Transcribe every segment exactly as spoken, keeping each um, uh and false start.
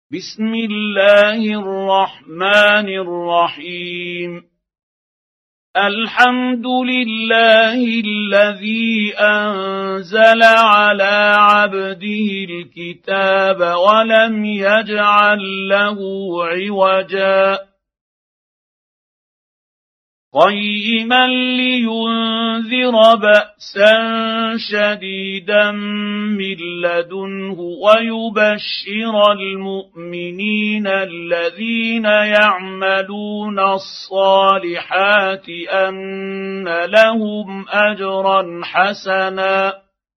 بسم الله الرحمن الرحيم الحمد لله الذي أنزل على عبده الكتاب ولم يجعل له عوجا قيما لينذر بأسا شديدا من لدنه ويبشر المؤمنين الذين يعملون الصالحات أن لهم أجرا حسنا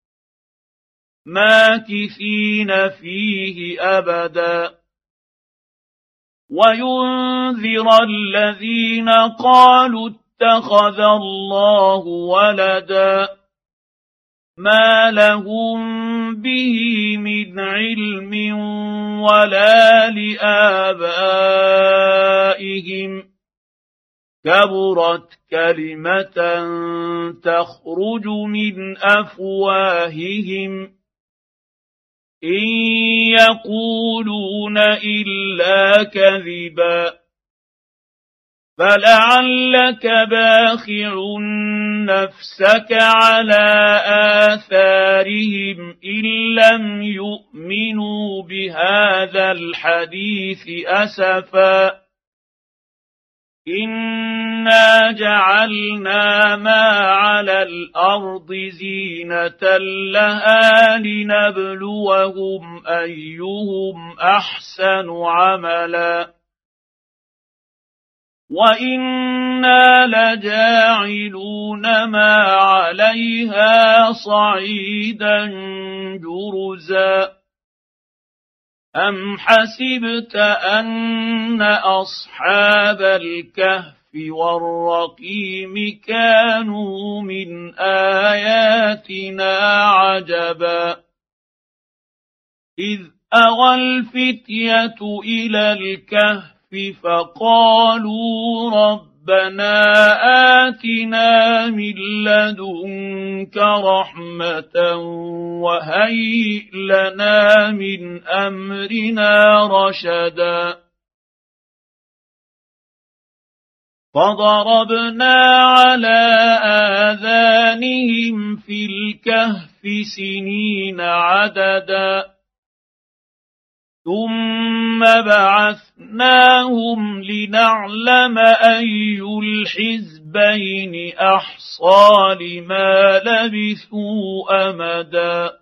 ماكثين فيه أبدا وينذر الذين قالوا اتخذ الله ولدا ما لهم به من علم ولا لآبائهم كبرت كلمة تخرج من أفواههم إن يقولون إلا كذبا فلعلك باخع نفسك على آثارهم إن لم يؤمنوا بهذا الحديث أسفا إنا جعلنا ما على الأرض زينة لها لنبلوهم أيهم أحسن عملا وإنا لجاعلون ما عليها صعيدا جرزا أم حسبت أن أصحاب الكهف والرقيم كانوا من آياتنا عجبا إذ أوى الفتية إلى الكهف فقالوا ربنا آتنا من لدنك رحمة وهيئ لنا من أمرنا رشدا فضربنا على آذانهم في الكهف سنين عددا ثم بعثناهم لنعلم أي الحزبين أحصى لما لبثوا أمدا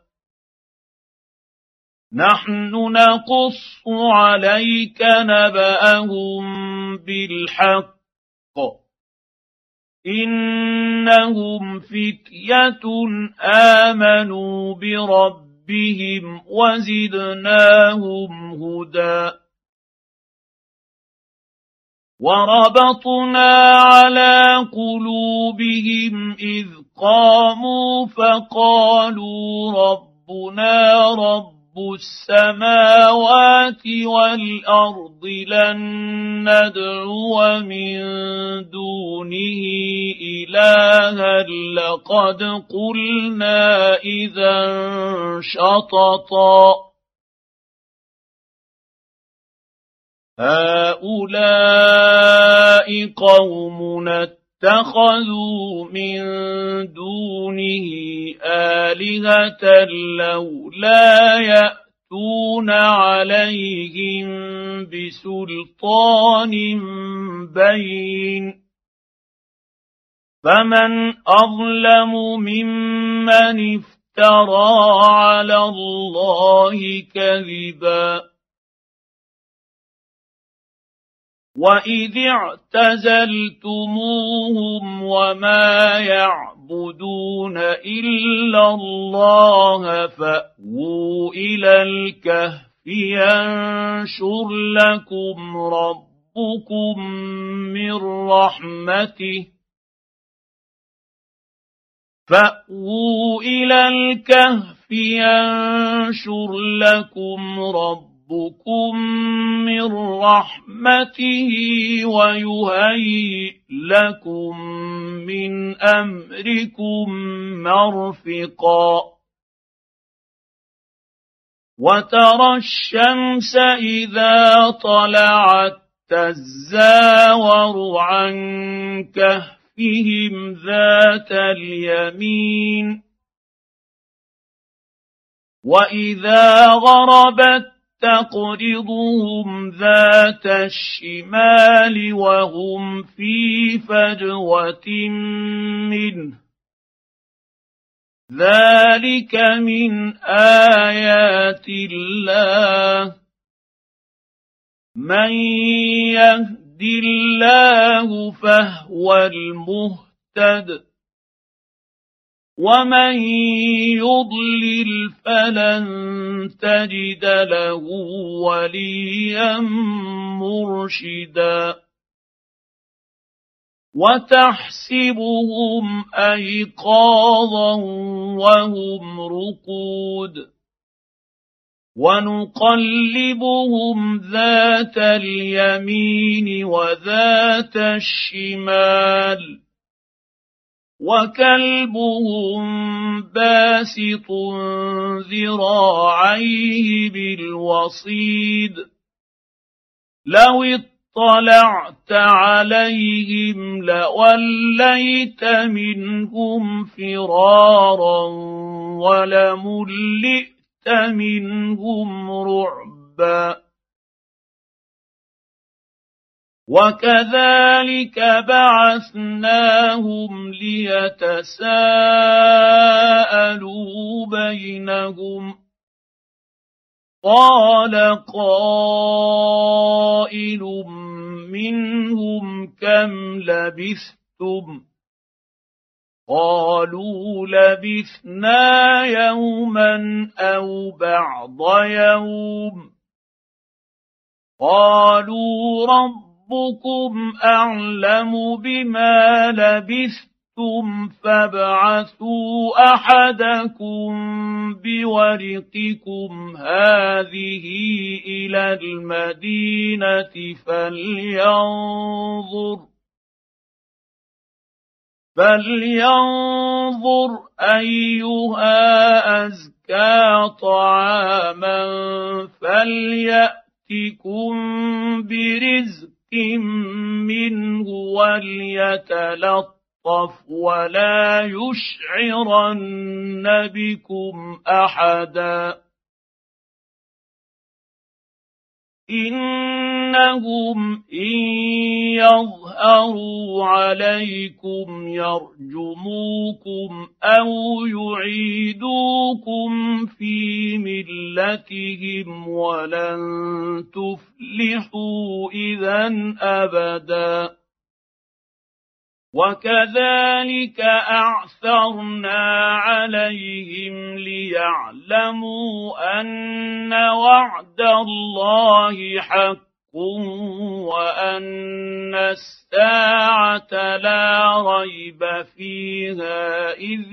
نحن نقص عليك نبأهم بالحق إنهم فتية آمنوا بربهم بهم وزدناهم هدى وربطنا على قلوبهم إذ قاموا فقالوا ربنا رب السماوات والأرض لن ندعو من دونه إلها لقد قلنا إذا شططا هؤلاء قومنا اتخذوا من دونه آلهة لولا يأتون عليهم بسلطان بين فمن أظلم ممن افترى على الله كذبا وإذ اعتزلتموهم وما يعبدون إلا الله فأووا إلى الكهف ينشر لكم ربكم من رحمته فأووا إلى الكهف ينشر لكم ربكم ربكم من رحمته ويهيئ لكم من أمركم مرفقا وترى الشمس إذا طلعت تزاور عن كهفهم ذات اليمين وإذا غربت تقرضهم ذات الشمال وهم في فجوة منه ذلك من آيات الله من يهد الله فهو المهتد ومن يضلل فلن تجد له وليا مرشدا وتحسبهم أيقاظا وهم رقود ونقلبهم ذات اليمين وذات الشمال وكلبهم باسط ذراعيه بالوصيد لو اطلعت عليهم لوليت منهم فرارا ولملئت منهم رعبا وكذلك بعثناهم ليتساءلوا بينهم قال قائل منهم كم لبثتم قالوا لبثنا يوما أو بعض يوم قالوا ربكم أعلم بما لبثتم فابعثوا أحدكم بورقكم هذه إلى المدينة فلينظر فلينظر أيها أزكى طعاما فليأتكم برزق منه وليتلطف ولا يشعرن بكم أحدا إنهم إن يظهروا عليكم يرجموكم أو يعيدوكم في ملتهم ولن تفلحوا إذا أبدا وكذلك أعثرنا عليهم ليعلموا أن وعد الله حق وأن الساعة لا ريب فيها إذ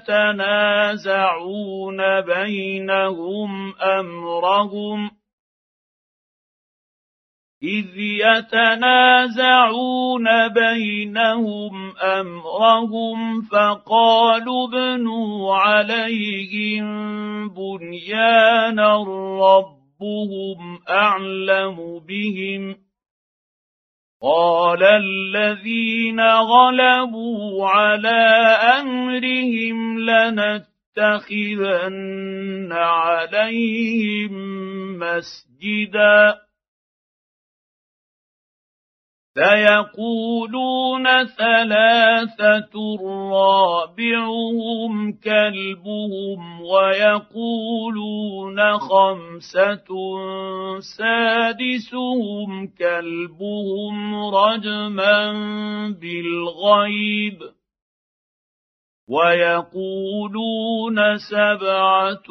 يتنازعون بينهم أمرهم إذ يتنازعون بينهم أمرهم فقالوا ابنوا عليهم بنيانا ربهم أعلم بهم قال الذين غلبوا على أمرهم لنتخذن عليهم مسجدا سيقولون ثلاثة رابعهم كلبهم ويقولون خمسة سادسهم كلبهم رجما بالغيب ويقولون سبعة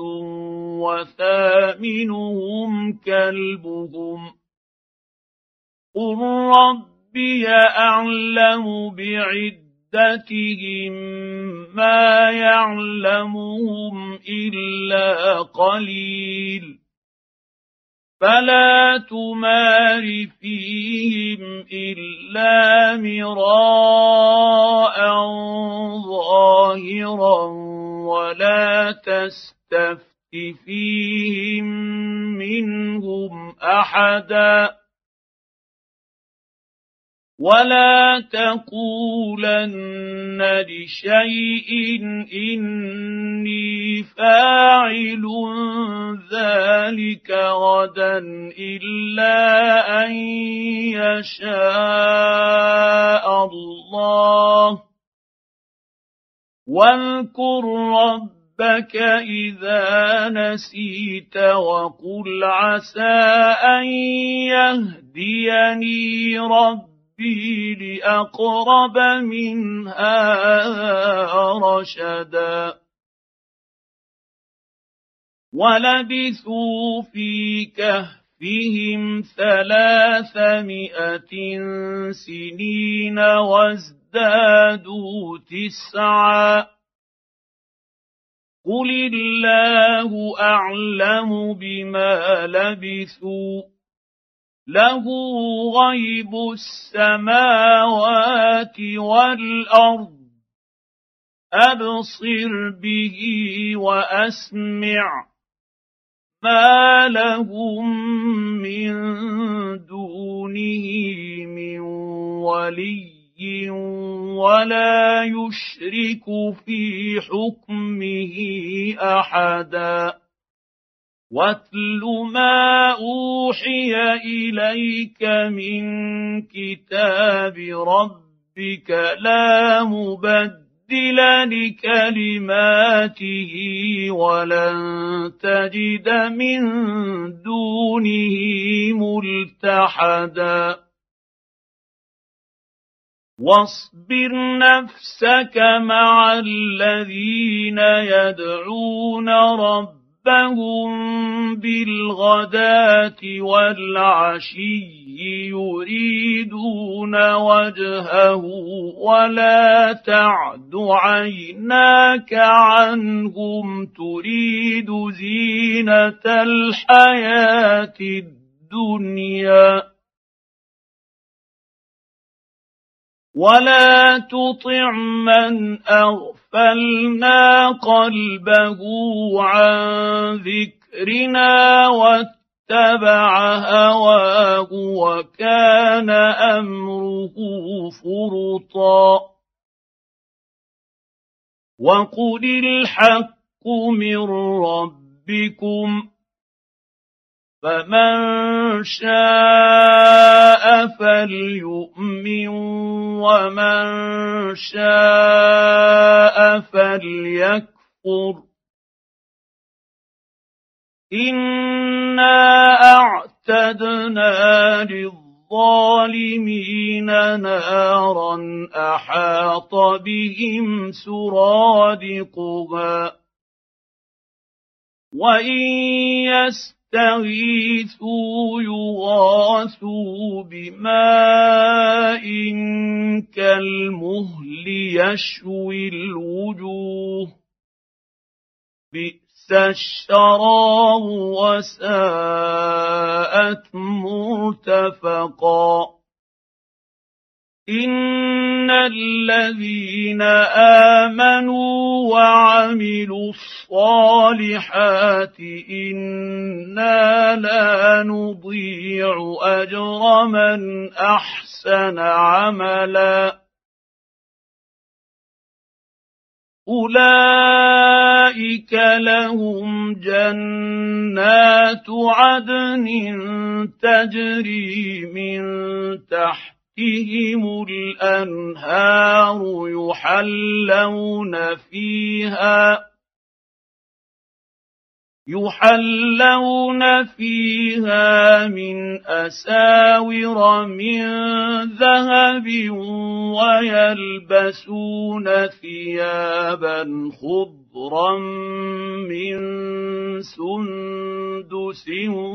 وثامنهم كلبهم قل ربي أعلم بعدتهم ما يعلمهم إلا قليل فلا تمار فيهم إلا مراء ظاهرا ولا تستفت فيهم منهم أحدا ولا تقولن لشيء إني فاعل ذلك غدا إلا أن يشاء الله واذكر ربك إذا نسيت وقل عسى أن يهديني ربي لأقرب من هذا رشدا ولبثوا في كهفهم ثلاثمائة سنين وازدادوا تسعا قل الله أعلم بما لبثوا له غيب السماوات والأرض أبصر به وأسمع ما لهم من دونه من ولي ولا يشرك في حكمه أحدا واتل ما أوحي إليك من كتاب ربك لا مبدل لكلماته ولن تجد من دونه ملتحدا واصبر نفسك مع الذين يدعون ربهم ربهم بالغداة والعشي يريدون وجهه ولا تعد عيناك عنهم تريد زينة الحياة الدنيا ولا تطع من أغفلنا قلبه عن ذكرنا واتبع هواه وكان أمره فرطا وقل الحق من ربكم فمن شاء فليؤمن ومن شاء فليكفر إنا أعتدنا للظالمين نارا أحاط بهم سرادقها وإن يستغيثوا يستغيثوا يغاثوا بماء كالمهل يشوي الوجوه بئس الشراب وساءت مرتفقا إن الذين آمنوا وعملوا الصالحات إنا لا نضيع أجر من أحسن عملا أولئك لهم جنات عدن تجري من تحت تحتهم الأنهار يحلون فيها يحلون فيها من أساور من ذهب ويلبسون ثيابا خضرا من سندس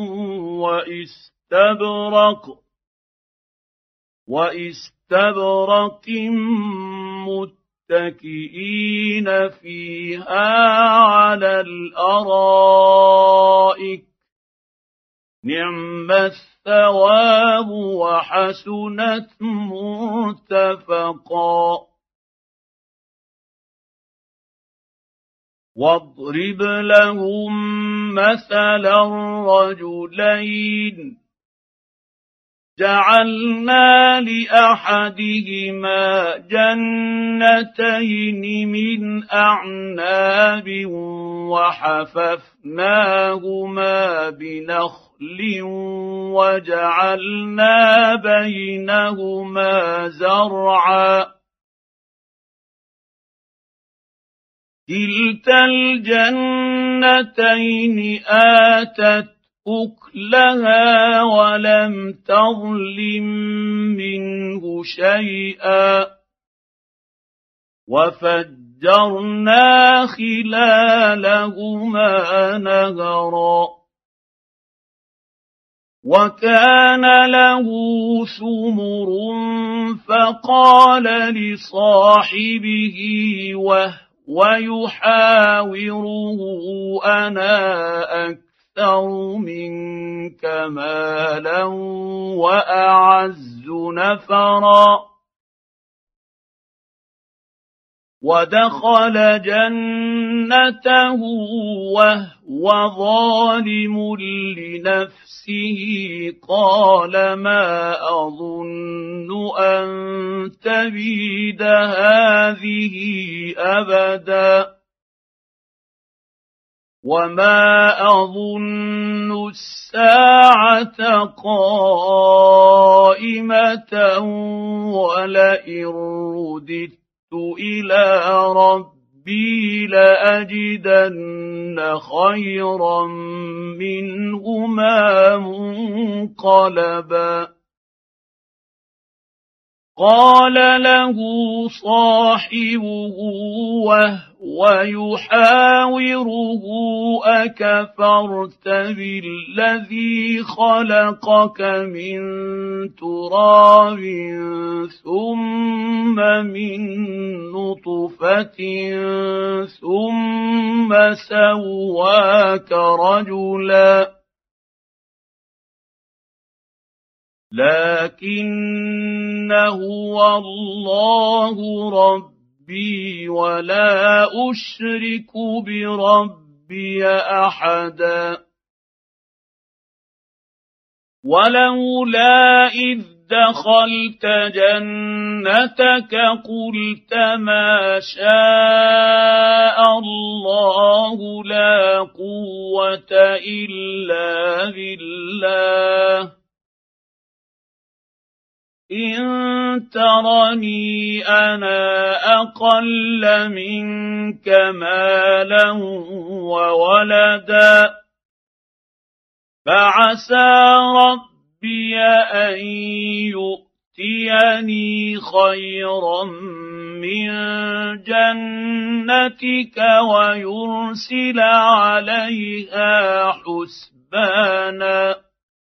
وإستبرق وإستبرق متكئين فيها على الأرائك نعم الثواب وحسنت مرتفقا واضرب لهم مثلا رجلين جعلنا لأحدهما جنتين من أعناب وحففناهما بنخل وجعلنا بينهما زرعا كلتا الجنتين آتت أكلها ولم تظلم منه شيئا وفجرنا خلالهما نهرا وكان له ثمر فقال لصاحبه وهو يحاوره أنا أكثر منك مالا وأعز نفرا ودخل جنته وهو ظالم لنفسه قال ما أظن أن تبيد هذه أبدا وما أظن الساعة قائمة ولئن رددت إلى ربي لأجدن خيرا منهما منقلبا قال له صاحبه وهو يحاوره أكفرت بالذي خلقك من تراب ثم من نطفة ثم سواك رجلا لكن هو الله ربي ولا أشرك بربي أحدا ولولا إذ دخلت جنتك قلت ما شاء الله لا قوة إلا بالله إن ترني أنا أقل منك مالا وولدا فعسى ربي أن يؤتيني خيرا من جنتك ويرسل عليها حسبانا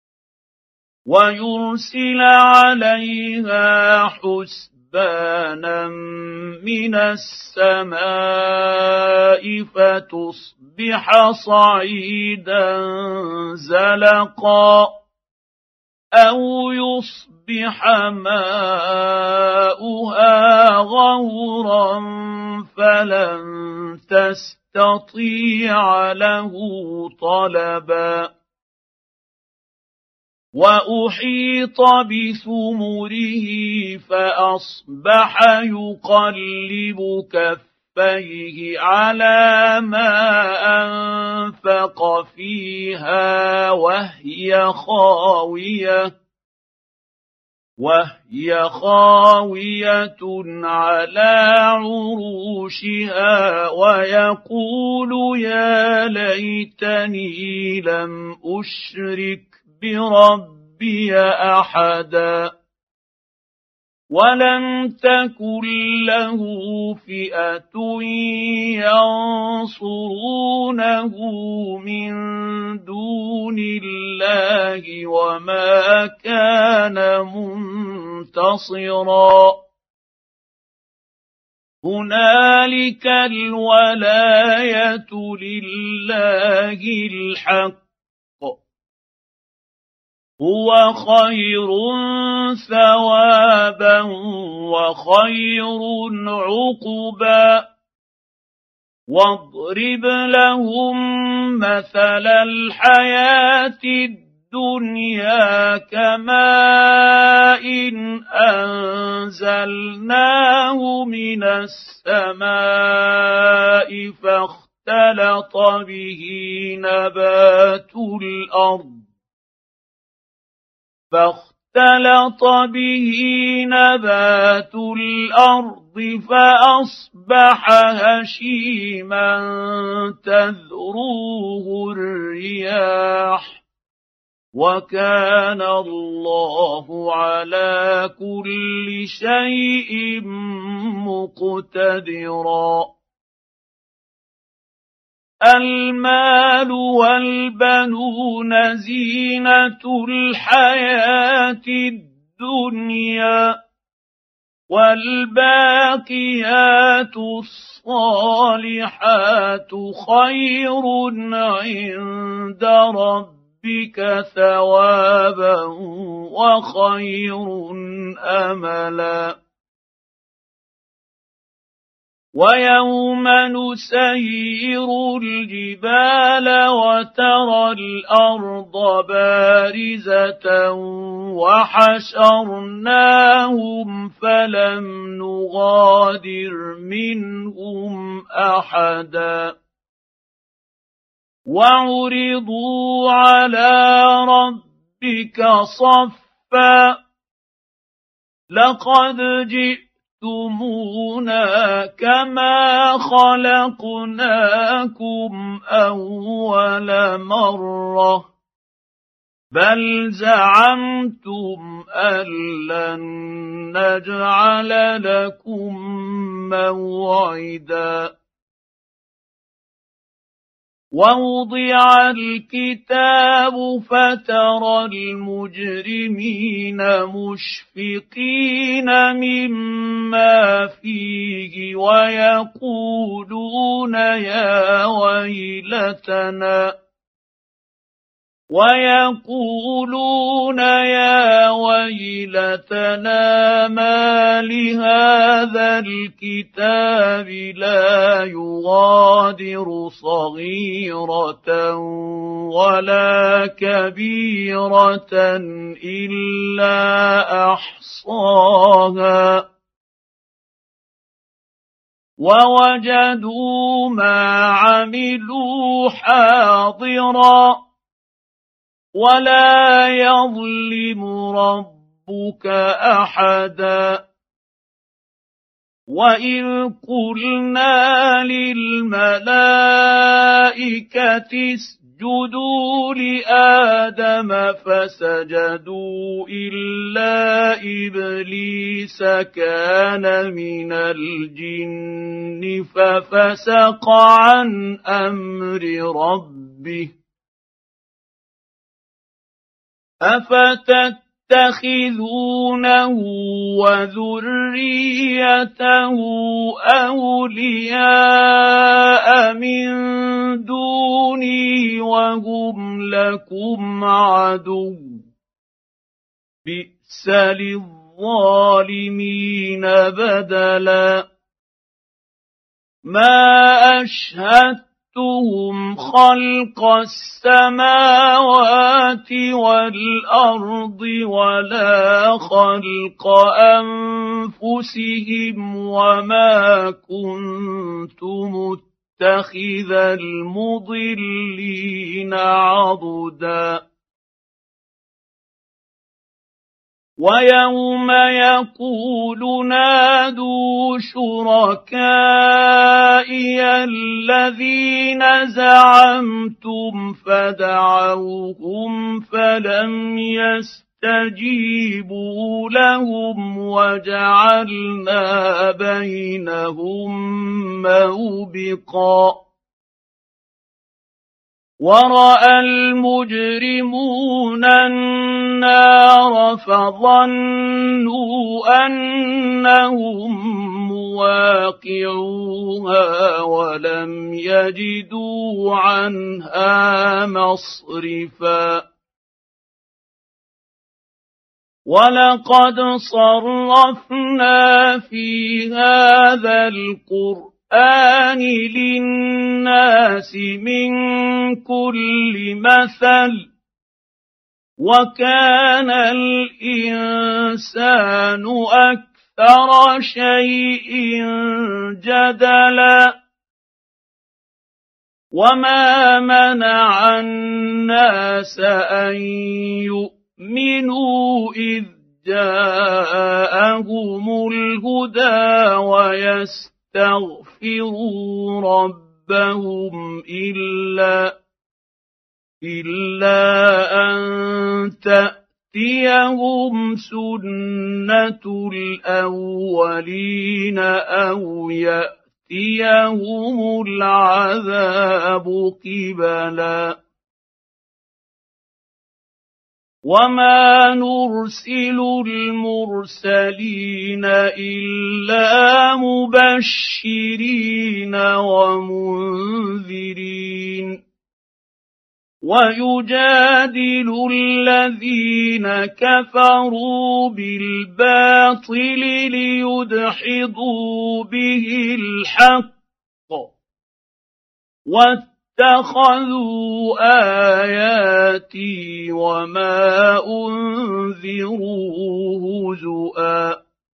ويرسل عليها حسبانا من السماء فتصبح صعيدا زلقا أو يصبح ماؤها غورا فلن تستطيع له طلبا وأحيط بثمره فأصبح يقلب كفيه على ما أنفق فيها وهي خاوية وهي خاوية على عروشها ويقول يا ليتني لم أشرك بربي أحدا ولم تكن له فئة ينصرونه من دون الله وما كان منتصرا هنالك الولاية لله الحق هو خير ثوابا وخير عقبا واضرب لهم مثل الحياة الدنيا كماء أنزلناه من السماء فاختلط به نبات الأرض فاختلط به نبات الأرض فأصبح هشيما تذروه الرياح وكان الله على كل شيء مقتدرا. المال والبنون زينة الحياة الدنيا والباقيات الصالحات خير عند ربك ثوابا وخير أملا. ويوم نسير الجبال وترى الأرض بارزة وحشرناهم فلم نغادر منهم أحدا وعرضوا على ربك صفا لقد جئت تُمُونَا كَمَا خَلَقْنَاكُمْ أَوَّلَ مَرَّةٍ بَلْ زَعَمْتُمْ أَن لَّن نَّجْعَلَ لَكُم مَّوْعِدًا. وَوُضِعَ الْكِتَابُ فَتَرَى الْمُجْرِمِينَ مُشْفِقِينَ مِمَّا فِيهِ وَيَقُولُونَ يَا وَيْلَتَنَا وَيَقُولُونَ يَا وَيْلَتَنَا مَا لِهَٰذَا الْكِتَابِ لَا يُغَادِرُ صَغِيرَةً وَلَا كَبِيرَةً إِلَّا أَحْصَاهَا وَوَجَدُوا مَا عَمِلُوا حَاضِرًا وَلَا يَظْلِمُ رَبُّكَ أَحَدًا. وَإِذْ قُلْنَا لِلْمَلَائِكَةِ اسْجُدُوا لِآدَمَ فَسَجَدُوا إِلَّا إِبْلِيسَ كَانَ مِنَ الْجِنِّ فَفَسَقَ عَنْ أَمْرِ رَبِّهِ أَفَتَتَّخِذُونَهُ وَذُرِّيَّتَهُ أَوْلِيَاءَ مِن دُونِي وَهُمْ لَكُمْ عَدُوٌّ بِئْسَ لِلظَّالِمِينَ بَدَلًا. مَا أَشْهَدتُّهُمْ خَلْقَ السَّمَاوَاتِ وَالْأَرْضِ وَلَا خَلْقَ أَنفُسِهِمْ وَمَا كُنتُ مُتَّخِذَ الْمُضِلِّينَ عَضُدًا. وَيَوْمَ يَقُولُ نَادُوا شُرَكَائِيَ الَّذِينَ زَعَمْتُمْ فَدَعَوْهُمْ فَلَمْ يَسْتَجِيبُوا لَهُمْ وَجَعَلْنَا بَيْنَهُم مَّوْبِقًا. وَرَأَى الْمُجْرِمُونَ النَّارَ فَظَنُّوا أَنَّهُم مُّوَاقِعُوهَا وَلَمْ يَجِدُوا عَنْهَا مَصْرِفًا. وَلَقَدْ صَرَّفْنَا فِي هَٰذَا الْقُرْآنِ القرآن للناس من كل مثل وكان الإنسان أكثر شيء جدلا وما منع الناس أن يؤمنوا إذ جاءهم الهدى ويستغفروا ربهم إلا إلا أن تأتيهم سنة الأولين أو يأتيهم العذاب قبلا وما نرسل المرسلين إلا مبشرين ومنذرين ويجادل الذين كفروا بالباطل ليدحضوا به الحق واتخذوا آياتي وما أنذروا هزؤا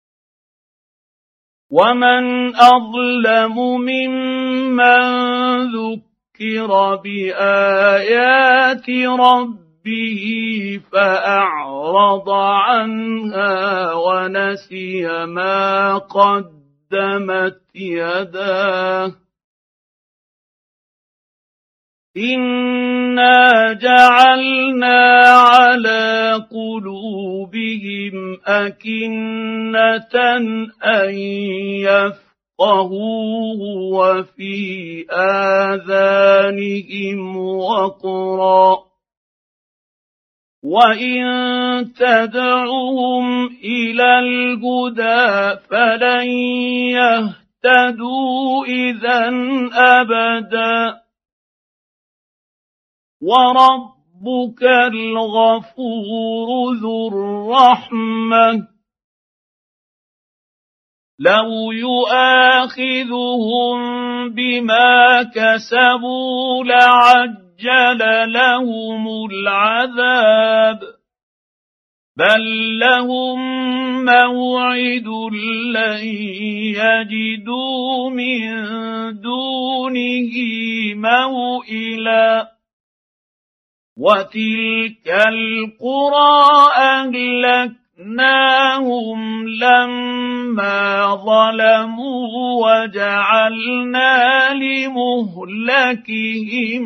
ومن أظلم ممن ذكر ذكر بآيات ربه فأعرض عنها ونسي ما قدمت يداه إنا جعلنا على قلوبهم أكنة أن يفقهوا وهو وفي آذانهم وقرا وإن تدعهم إلى الهدى فلن يهتدوا إذا أبدا وربك الغفور ذو الرحمة لو يؤاخذهم بما كسبوا لعجل لهم العذاب بل لهم موعد لن يجدوا من دونه موئلا وتلك القرى أهلكناها أهلكناهم لما ظلموا وجعلنا لمهلكهم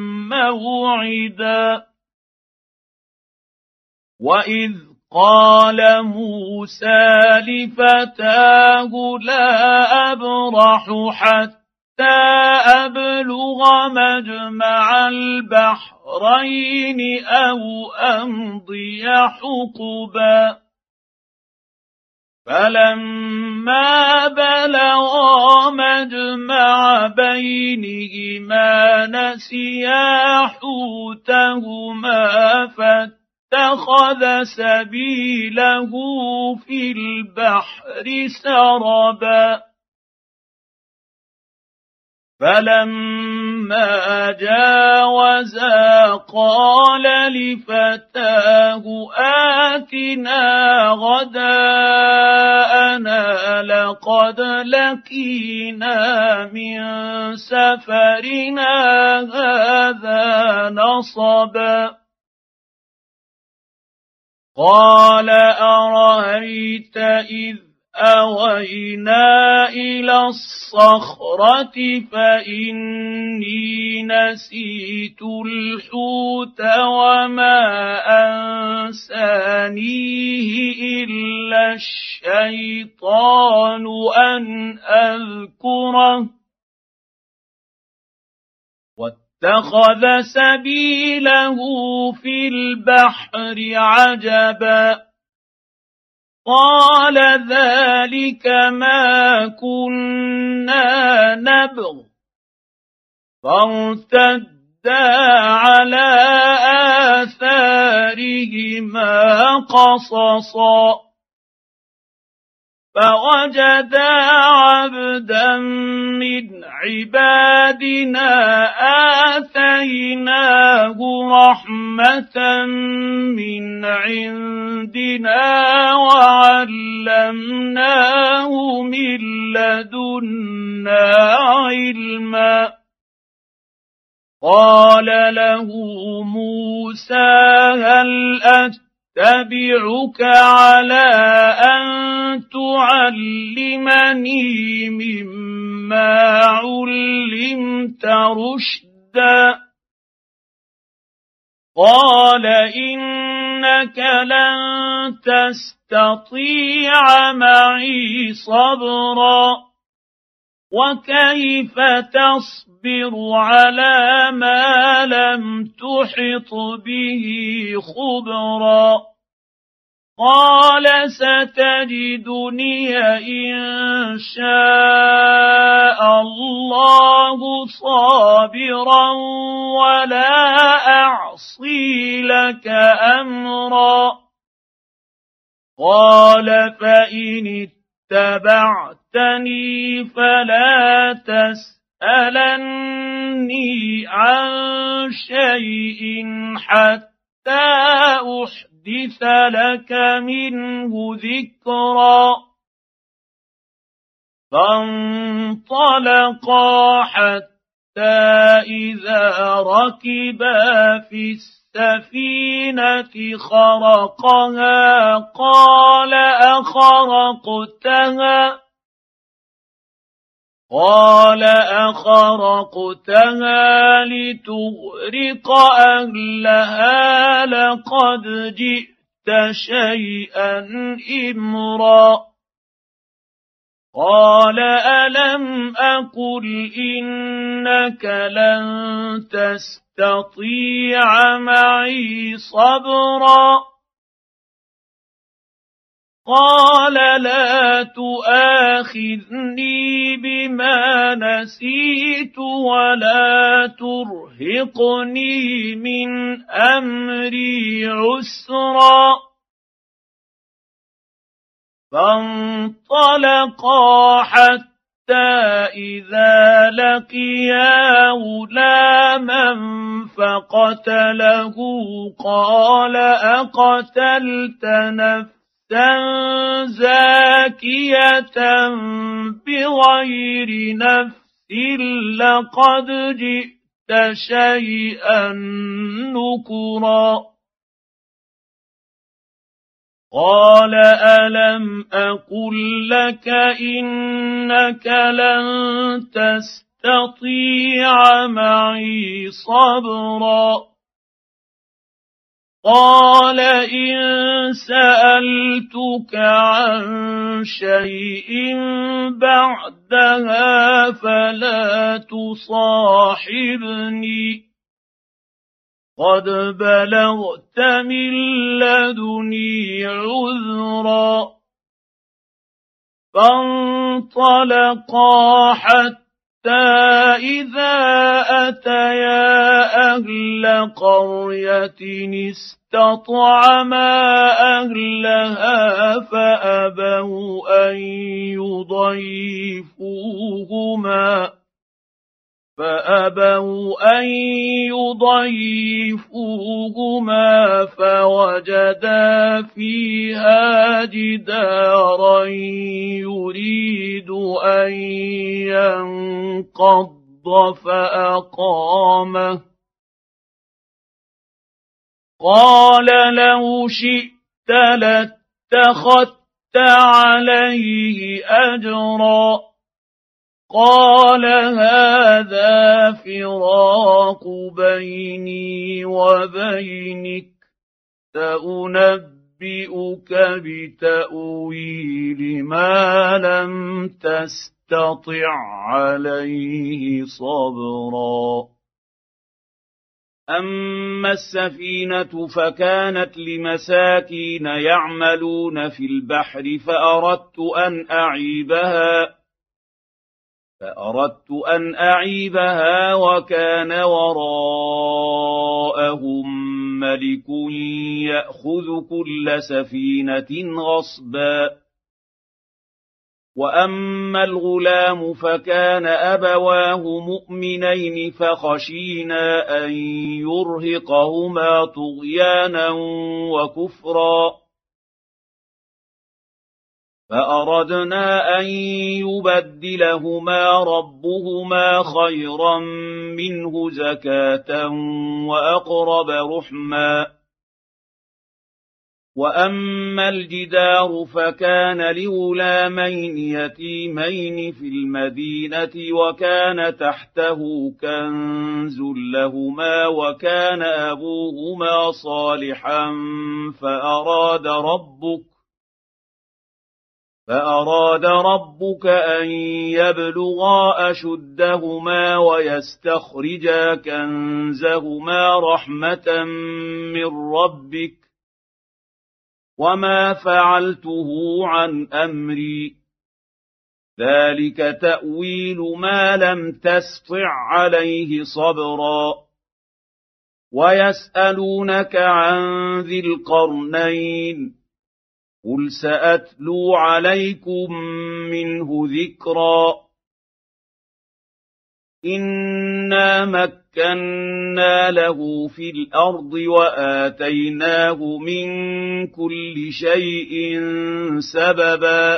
موعدا وإذ قال موسى لفتاه لا أبرح حتى أبلغ مجمع البحرين أو أمضي حقبا فلما بلغا مجمع بينهما نسيا حوتهما فاتخذ سبيله في البحر سربا فلما جاوزا قال لفتاه آتنا غداءنا لقد لقينا من سفرنا هذا نصبا قال أرأيت إذ أوينا إلى الصخرة فإني نسيت الحوت وما أنسانيه إلا الشيطان أن أذكره واتخذ سبيله في البحر عجبا قال ذلك ما كنا نبغ فارتدا على آثارهما قصصا فوجدا عبدا من عبادنا آتيناه رحمة من عندنا وعلمناه من لدنا علما. قال له موسى هل أتبعك على أن تعلمني مما علمت رشدا؟ قال إنك لن تستطيع معي صبرا وكيف تصبر على ما لم تحط به خبرا؟ قال ستجدني إن شاء الله صابرا ولا أعصي لك أمرا. قال فإن اتبعتني فلا تسألني عن شيء حتى أحدث لك منه ذكرا. فانطلقا حتى إذا ركبا في السفينة خرقها قال أخرقتها قال أخرقتها لتغرق أهلها لقد جئت شيئا إمرا. قال ألم أقل إنك لن تستطيع معي صبرا؟ قال لا تؤاخذني بما نسيت ولا ترهقني من أمري عسرا. فانطلقا حتى إذا لقيا غلاما فقتله قال أقتلت نفسا زاكية بغير نفس لقد جئت شيئا نكرا. قال ألم أقل لك إنك لن تستطيع معي صبرا؟ قال إن سألتك عن شيء بعدها فلا تصاحبني قد بلغت من لدني عذرا. فانطلقا حتى إذا أتيا أهل قرية استطعما أهلها فأبوا أن يضيفوهما فأبوا أن يضيفوهما فوجدا فيها جدارا يريد أن ينقض فأقامه. قال لو شئت لاتخذت عليه أجرا. قال هذا فراق بيني وبينك سأنبئك بتأويل ما لم تستطع عليه صبرا. أما السفينة فكانت لمساكين يعملون في البحر فأردت أن أعيبها فأردت أن أعيبها وكان وراءهم ملك يأخذ كل سفينة غصبا. وأما الغلام فكان أبواه مؤمنين فخشينا أن يرهقهما طغيانا وكفرا فأردنا أن يبدلهما ربهما خيرا منه زكاة وأقرب رحما وأما الجدار فكان لغلامين يتيمين في المدينة وكان تحته كنز لهما وكان أبوهما صالحا فأراد ربك فأراد ربك أن يبلغا أشدهما ويستخرجا كنزهما رحمة من ربك وما فعلته عن أمري ذلك تأويل ما لم تسطع عليه صبرا ويسألونك عن ذي القرنين قل سأتلو عليكم منه ذكرا إنا مكنا له في الأرض وآتيناه من كل شيء سببا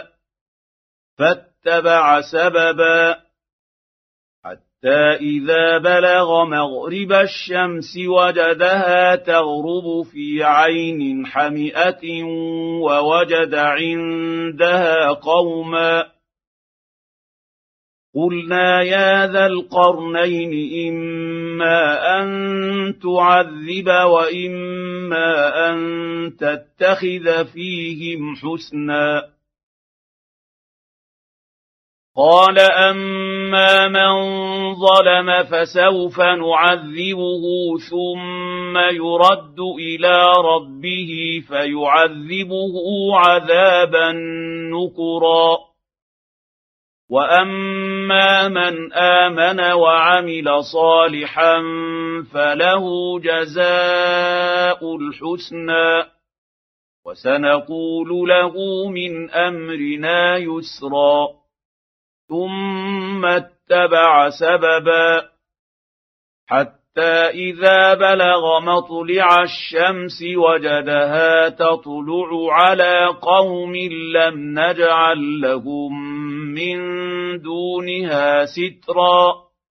فاتبع سببا حتى إذا بلغ مغرب الشمس وجدها تغرب في عين حمئة ووجد عندها قوما قلنا يا ذا القرنين إما أن تعذب وإما أن تتخذ فيهم حسنا قال أما من ظلم فسوف نعذبه ثم يرد إلى ربه فيعذبه عذابا نكرا وأما من آمن وعمل صالحا فله جزاء الحسنى وسنقول له من أمرنا يسرا ثم اتبع سببا حتى إذا بلغ مطلع الشمس وجدها تطلع على قوم لم نجعل لهم من دونها سترا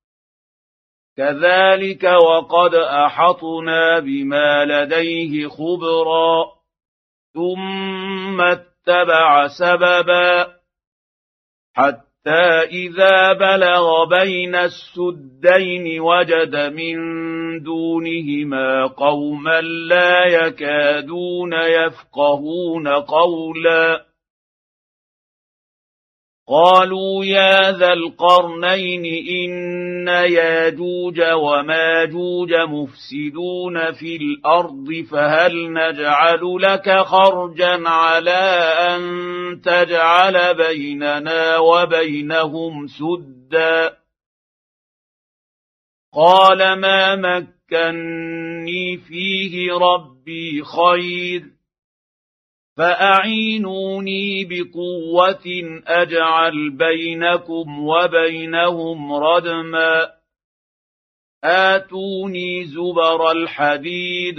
كذلك وقد أحطنا بما لديه خبرا ثم اتبع سببا حتى إذا بلغ بين السدين وجد من دونهما قوما لا يكادون يفقهون قولا قالوا يا ذا القرنين إن ياجوج وماجوج مفسدون في الأرض فهل نجعل لك خرجا على أن تجعل بيننا وبينهم سدا قال ما مكني فيه ربي خير فأعينوني بقوة أجعل بينكم وبينهم ردما آتوني زبر الحديد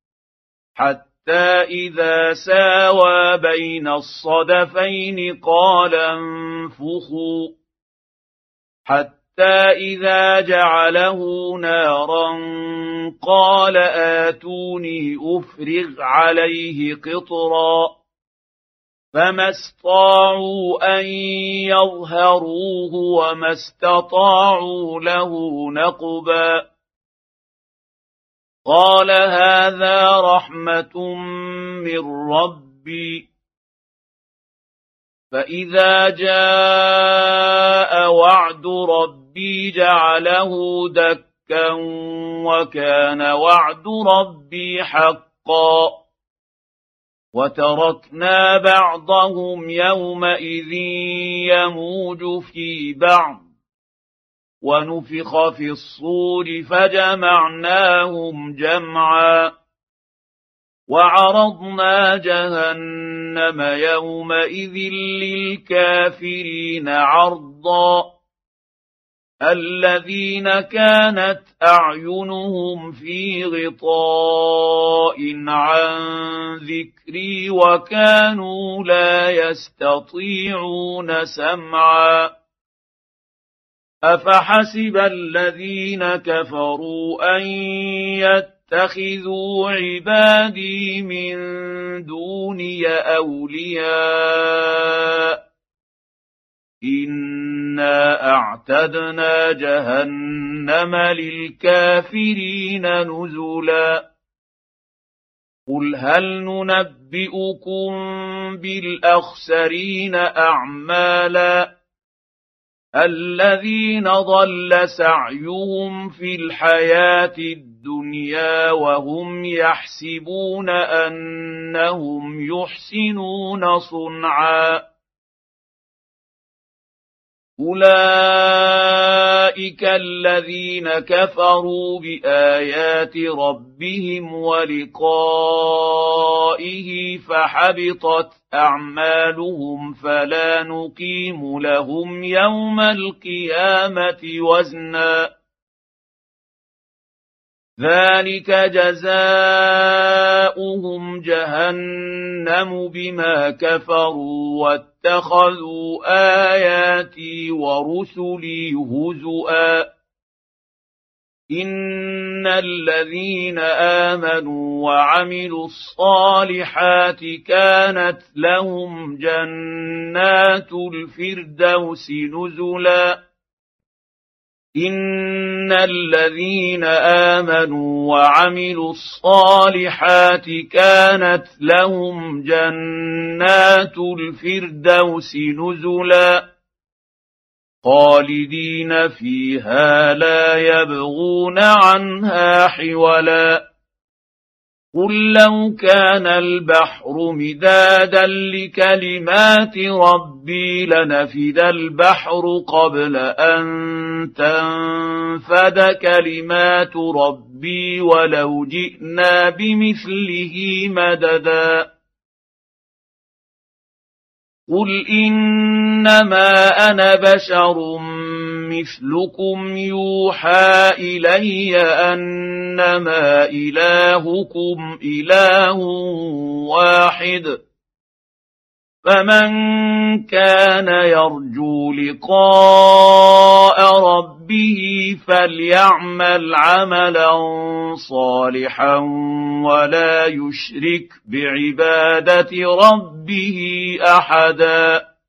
حتى إذا ساوى بين الصدفين قال انفخوا حتى إذا جعله نارا قال آتوني أفرغ عليه قطرا فما استطاعوا أن يظهروه وما استطاعوا له نقبا قال هذا رحمة من ربي فإذا جاء وعد ربي جعله دكا وكان وعد ربي حقا وتركنا بعضهم يومئذ يموج في بعض ونفخ في الصور فجمعناهم جمعا وعرضنا جهنم يومئذ للكافرين عرضا الذين كانت أعينهم في غطاء عن ذكري وكانوا لا يستطيعون سمعا أفحسب الذين كفروا أن يتخذوا عبادي من دوني أولياء إنا أعتدنا جهنم للكافرين نزلا قل هل ننبئكم بالأخسرين أعمالا الذين ضل سعيهم في الحياة الدنيا وهم يحسبون أنهم يحسنون صنعا أولئك الذين كفروا بآيات ربهم ولقائه فحبطت أعمالهم فلا نقيم لهم يوم القيامة وزنا ذلك جزاؤهم جهنم بما كفروا واتخذوا آياتي ورسلي هزؤا إن الذين آمنوا وعملوا الصالحات كانت لهم جنات الفردوس نزلا إن الذين آمنوا وعملوا الصالحات كانت لهم جنات الفردوس نزلا خالدين فيها لا يبغون عنها حولا قل لو كان البحر مدادا لكلمات ربي لنفد البحر قبل أن تنفد كلمات ربي ولو جئنا بمثله مددا قل إنما أنا بشر مثلكم يوحى إلي أنما إلهكم إله واحد فمن كان يرجو لقاء ربه فليعمل عملا صالحا ولا يشرك بعبادة ربه أحدا